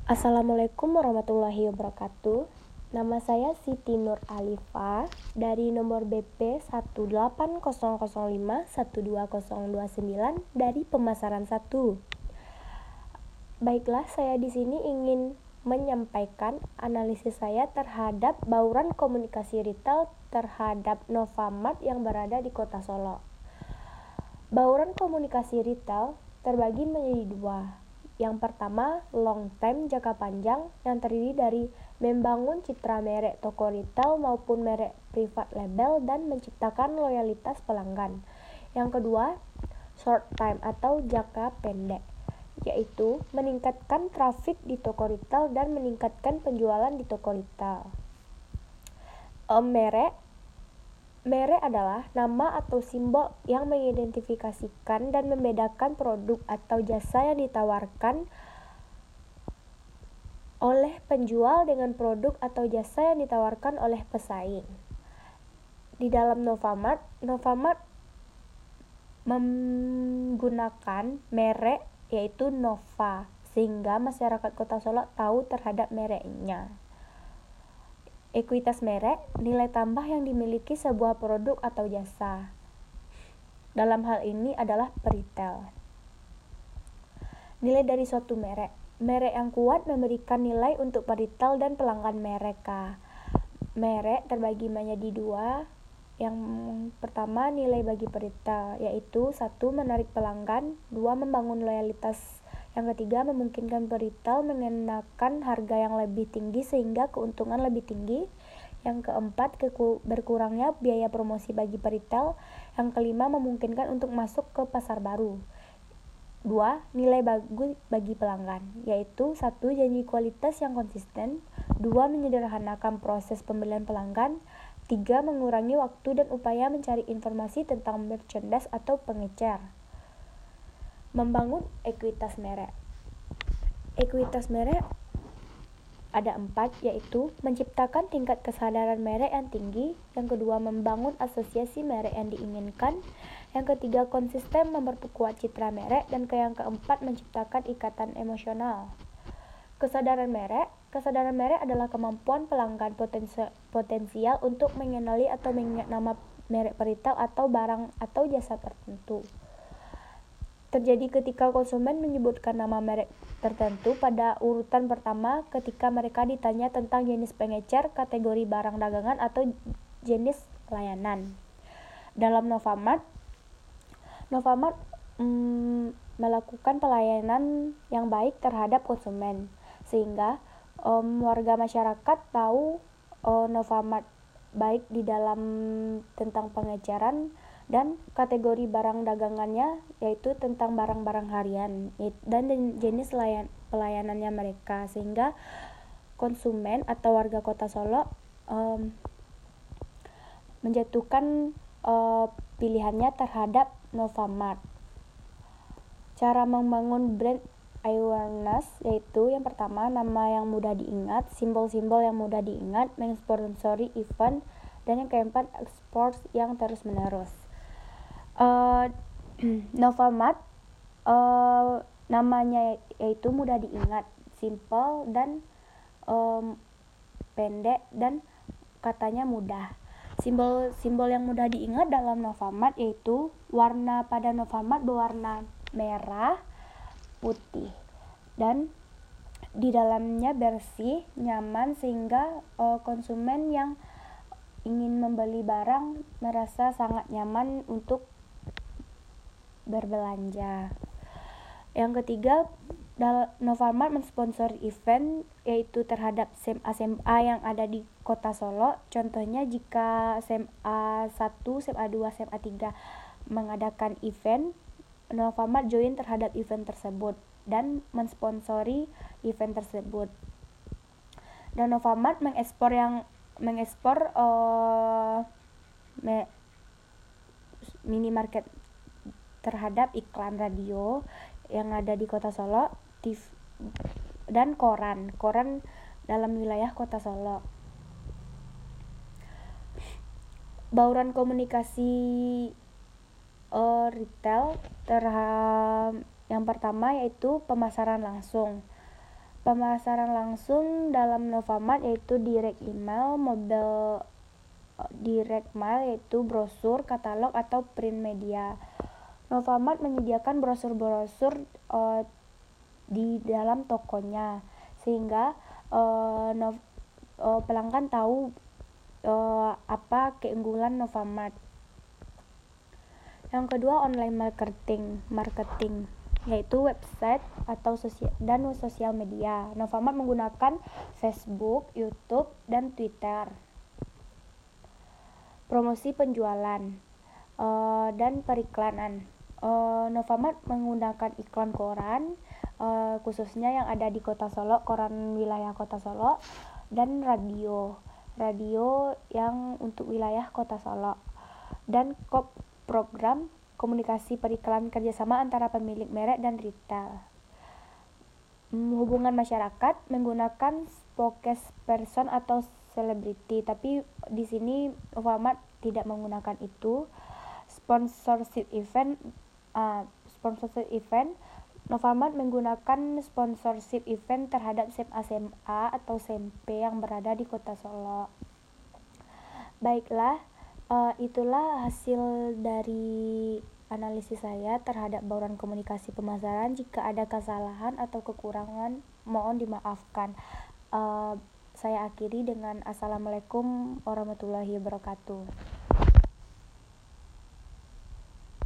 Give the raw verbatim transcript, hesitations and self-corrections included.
Assalamualaikum warahmatullahi wabarakatuh. Nama saya Siti Nur Alifa dari nomor B P satu delapan nol nol lima satu dua nol dua sembilan dari pemasaran satu. Baiklah, saya di sini ingin menyampaikan analisis saya terhadap bauran komunikasi retail terhadap Novamart yang berada di Kota Solo. Bauran komunikasi retail terbagi menjadi dua. Yang pertama, long term jangka panjang yang terdiri dari membangun citra merek toko retail maupun merek private label dan menciptakan loyalitas pelanggan. Yang kedua, short time atau jangka pendek, yaitu meningkatkan traffic di toko retail dan meningkatkan penjualan di toko retail. Um, merek Merek adalah nama atau simbol yang mengidentifikasikan dan membedakan produk atau jasa yang ditawarkan oleh penjual dengan produk atau jasa yang ditawarkan oleh pesaing. Di dalam Novamart, Novamart menggunakan merek yaitu Nova, sehingga masyarakat Kota Solo tahu terhadap mereknya. Ekuitas merek, nilai tambah yang dimiliki sebuah produk atau jasa. Dalam hal ini adalah peritel. Nilai dari suatu merek. Merek yang kuat memberikan nilai untuk peritel dan pelanggan mereka. Merek terbagi menjadi dua. Yang pertama, nilai bagi peritel, yaitu satu, menarik pelanggan, dua, membangun loyalitas. Yang ketiga, memungkinkan peritel mengenakan harga yang lebih tinggi sehingga keuntungan lebih tinggi. Yang keempat, keku- berkurangnya biaya promosi bagi peritel. Yang kelima, memungkinkan untuk masuk ke pasar baru. Dua, nilai bagus bagi pelanggan, yaitu satu, janji kualitas yang konsisten. Dua, menyederhanakan proses pembelian pelanggan. Tiga, mengurangi waktu dan upaya mencari informasi tentang merchandise atau pengecer. Membangun ekuitas merek. Ekuitas merek ada empat, yaitu menciptakan tingkat kesadaran merek yang tinggi. Yang kedua, membangun asosiasi merek yang diinginkan. Yang ketiga, konsisten memperkuat citra merek. Dan yang keempat, menciptakan ikatan emosional. Kesadaran merek. Kesadaran merek adalah kemampuan pelanggan potensi- potensial untuk mengenali atau mengingat nama merek peritel atau barang atau jasa tertentu. Terjadi ketika konsumen menyebutkan nama merek tertentu pada urutan pertama ketika mereka ditanya tentang jenis pengecer, kategori barang dagangan, atau jenis layanan. Dalam Novamart, Novamart mm, melakukan pelayanan yang baik terhadap konsumen, sehingga um, warga masyarakat tahu uh, Novamart baik di dalam tentang pengeceran dan kategori barang dagangannya, yaitu tentang barang-barang harian dan jenis layan, pelayanannya mereka, sehingga konsumen atau warga Kota Solo um, menjatuhkan uh, pilihannya terhadap Novamart. Cara membangun brand awareness, yaitu yang pertama, nama yang mudah diingat, simbol-simbol yang mudah diingat, mensponsori event, dan yang keempat, ekspor yang terus-menerus. Uh, Novamart uh, namanya yaitu mudah diingat, simple dan um, pendek, dan katanya mudah. Simbol-simbol yang mudah diingat dalam Novamart yaitu warna pada Novamart berwarna merah, putih, dan di dalamnya bersih, nyaman, sehingga uh, konsumen yang ingin membeli barang merasa sangat nyaman untuk berbelanja. Yang ketiga, Novamart mensponsori event yaitu terhadap S M A-S M A yang ada di Kota Solo. Contohnya jika S M A satu, S M A dua, S M A tiga mengadakan event, Novamart join terhadap event tersebut dan mensponsori event tersebut. Dan Novamart mengekspor yang mengekspor uh, me, minimarket terhadap iklan radio yang ada di Kota Solo, T V, dan koran, koran dalam wilayah Kota Solo. Bauran komunikasi uh, retail terhadap yang pertama yaitu pemasaran langsung. Pemasaran langsung dalam Novamart yaitu direct email, mobile direct mail yaitu brosur, katalog atau print media. Novamart menyediakan brosur-brosur uh, di dalam tokonya sehingga uh, no, uh, pelanggan tahu uh, apa keunggulan Novamart. Yang kedua, online marketing, marketing yaitu website atau sosial dan sosial media. Novamart menggunakan Facebook, YouTube, dan Twitter. Promosi penjualan uh, dan periklanan. Uh, Novamart menggunakan iklan koran, uh, khususnya yang ada di Kota Solo, koran wilayah Kota Solo, dan radio, radio yang untuk wilayah Kota Solo, dan kop program komunikasi periklan kerjasama antara pemilik merek dan retail. Hubungan masyarakat menggunakan spokesperson atau selebriti, tapi di sini Novamart tidak menggunakan itu. Sponsorship event, uh, sponsorship event, Novamart menggunakan sponsorship event terhadap S M A atau S M P yang berada di Kota Solo. Baiklah, uh, itulah hasil dari analisis saya terhadap bauran komunikasi pemasaran. Jika ada kesalahan atau kekurangan, mohon dimaafkan. Uh, saya akhiri dengan Assalamualaikum warahmatullahi wabarakatuh.